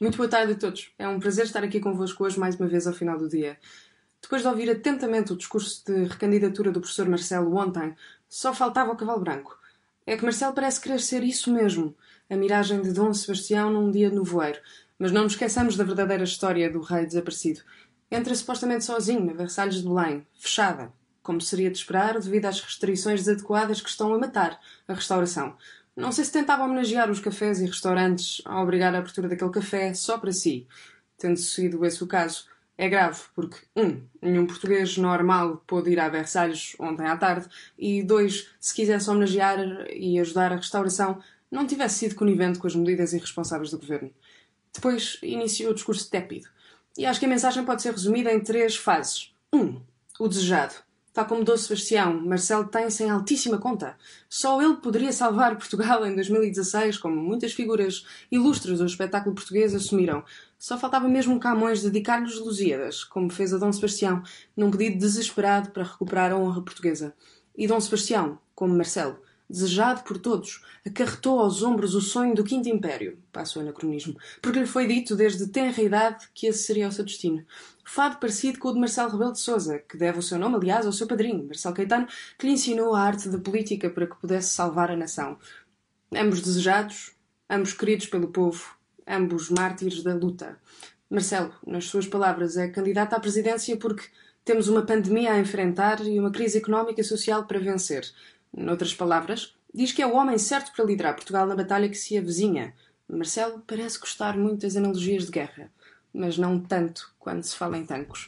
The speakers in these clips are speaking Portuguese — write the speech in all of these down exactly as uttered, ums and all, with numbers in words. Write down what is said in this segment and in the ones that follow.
Muito boa tarde a todos. É um prazer estar aqui convosco hoje mais uma vez ao final do dia. Depois de ouvir atentamente o discurso de recandidatura do professor Marcelo ontem, só faltava o cavalo branco. É que Marcelo parece querer ser isso mesmo, a miragem de Dom Sebastião num dia de nevoeiro. Mas não nos esqueçamos da verdadeira história do rei desaparecido. Entra supostamente sozinho na Versalhes de Belém, fechada, como seria de esperar devido às restrições desadequadas que estão a matar a restauração. Não sei se tentava homenagear os cafés e restaurantes ao obrigar a abertura daquele café só para si. Tendo sido esse o caso, é grave porque, um, nenhum português normal pôde ir a Versalhes ontem à tarde e, dois, se quisesse homenagear e ajudar a restauração, não tivesse sido conivente com as medidas irresponsáveis do governo. Depois iniciou o discurso tépido. E acho que a mensagem pode ser resumida em três fases. Um, o desejado. Tal como Dom Sebastião, Marcelo tem-se em altíssima conta. Só ele poderia salvar Portugal em dois mil e dezasseis, como muitas figuras ilustres do espetáculo português assumiram. Só faltava mesmo Camões dedicar-lhes Lusíadas, como fez a Dom Sebastião, num pedido desesperado para recuperar a honra portuguesa. E Dom Sebastião, como Marcelo, desejado por todos, acarretou aos ombros o sonho do Quinto Império, passo o anacronismo, porque lhe foi dito desde tenra idade que esse seria o seu destino. Fado parecido com o de Marcelo Rebelo de Sousa, que deve o seu nome, aliás, ao seu padrinho, Marcelo Caetano, que lhe ensinou a arte da política para que pudesse salvar a nação. Ambos desejados, ambos queridos pelo povo, ambos mártires da luta. Marcelo, nas suas palavras, é candidato à presidência porque temos uma pandemia a enfrentar e uma crise económica e social para vencer. Noutras palavras, diz que é o homem certo para liderar Portugal na batalha que se avizinha. Marcelo parece gostar muito das analogias de guerra, mas não tanto quando se fala em tancos.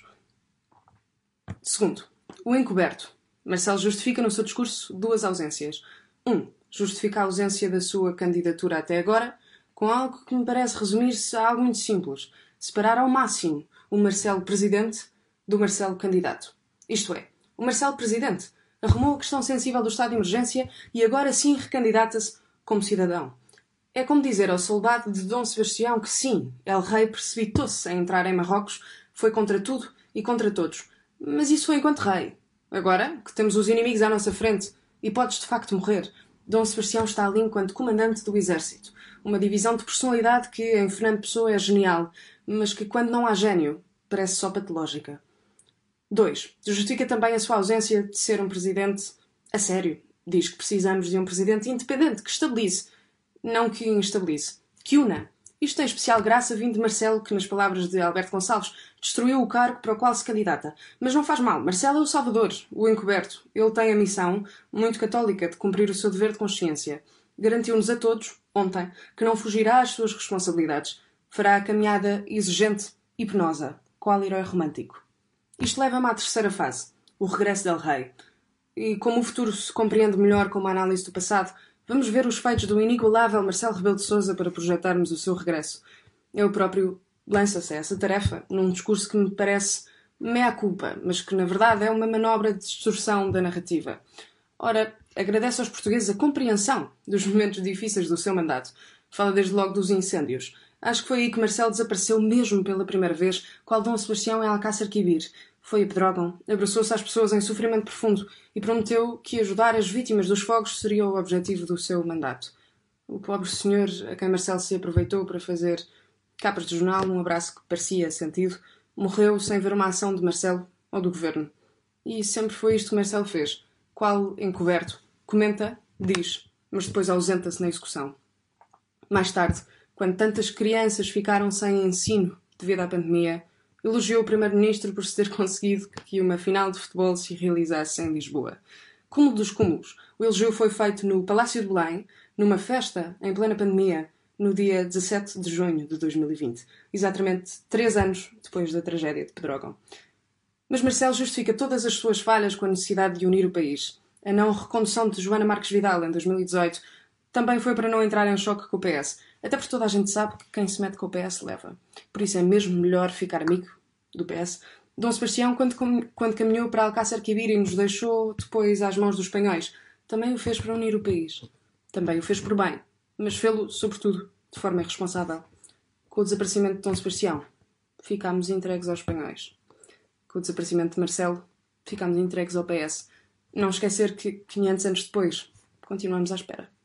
Segundo, o encoberto. Marcelo justifica no seu discurso duas ausências. Um, justifica a ausência da sua candidatura até agora com algo que me parece resumir-se a algo muito simples. Separar ao máximo o Marcelo Presidente do Marcelo Candidato. Isto é, o Marcelo Presidente arrumou a questão sensível do estado de emergência e agora sim recandidata-se como cidadão. É como dizer ao soldado de Dom Sebastião que sim, El Rei precipitou-se a entrar em Marrocos, foi contra tudo e contra todos. Mas isso foi enquanto rei. Agora, que temos os inimigos à nossa frente e podes de facto morrer, Dom Sebastião está ali enquanto comandante do exército. Uma divisão de personalidade que em Fernando Pessoa é genial, mas que quando não há gênio, parece só patológica. dois. Justifica também a sua ausência de ser um presidente a sério. Diz que precisamos de um presidente independente, que estabilize. Não que instabilize. Que una. Isto tem especial graça vindo de Marcelo, que, nas palavras de Alberto Gonçalves, destruiu o cargo para o qual se candidata. Mas não faz mal. Marcelo é o salvador, o encoberto. Ele tem a missão, muito católica, de cumprir o seu dever de consciência. Garantiu-nos a todos, ontem, que não fugirá às suas responsabilidades. Fará a caminhada exigente e penosa, qual herói romântico. Isto leva-me à terceira fase, o regresso del Rei. E como o futuro se compreende melhor com uma análise do passado, vamos ver os feitos do inigualável Marcelo Rebelo de Sousa para projetarmos o seu regresso. Ele próprio lança-se a essa tarefa num discurso que me parece mea culpa, mas que na verdade é uma manobra de distorção da narrativa. Ora, agradece aos portugueses a compreensão dos momentos difíceis do seu mandato. Fala desde logo dos incêndios. Acho que foi aí que Marcelo desapareceu mesmo pela primeira vez, qual Dom Sebastião em Alcácer Quibir. Foi a Pedrógão, abraçou-se às pessoas em sofrimento profundo e prometeu que ajudar as vítimas dos fogos seria o objetivo do seu mandato. O pobre senhor, a quem Marcelo se aproveitou para fazer capas de jornal, um abraço que parecia sentido, morreu sem ver uma ação de Marcelo ou do governo. E sempre foi isto que Marcelo fez. Qual encoberto, comenta, diz, mas depois ausenta-se na execução. Mais tarde, quando tantas crianças ficaram sem ensino devido à pandemia, elogiou o primeiro-ministro por se ter conseguido que uma final de futebol se realizasse em Lisboa. Cúmulo dos cúmulos. O elogio foi feito no Palácio de Belém, numa festa em plena pandemia, no dia dezassete de junho de dois mil e vinte, exatamente três anos depois da tragédia de Pedrógão. Mas Marcelo justifica todas as suas falhas com a necessidade de unir o país. A não recondução de Joana Marques Vidal em dois mil e dezoito também foi para não entrar em choque com o P S. Até porque toda a gente sabe que quem se mete com o P S leva. Por isso é mesmo melhor ficar amigo do P S. Dom Sebastião, quando, quando caminhou para Alcácer Quibir e nos deixou depois às mãos dos espanhóis, também o fez para unir o país. Também o fez por bem, mas fê-lo, sobretudo, de forma irresponsável. Com o desaparecimento de Dom Sebastião, ficámos entregues aos espanhóis. Com o desaparecimento de Marcelo, ficámos entregues ao P S. Não esquecer que, quinhentos anos depois, continuamos à espera.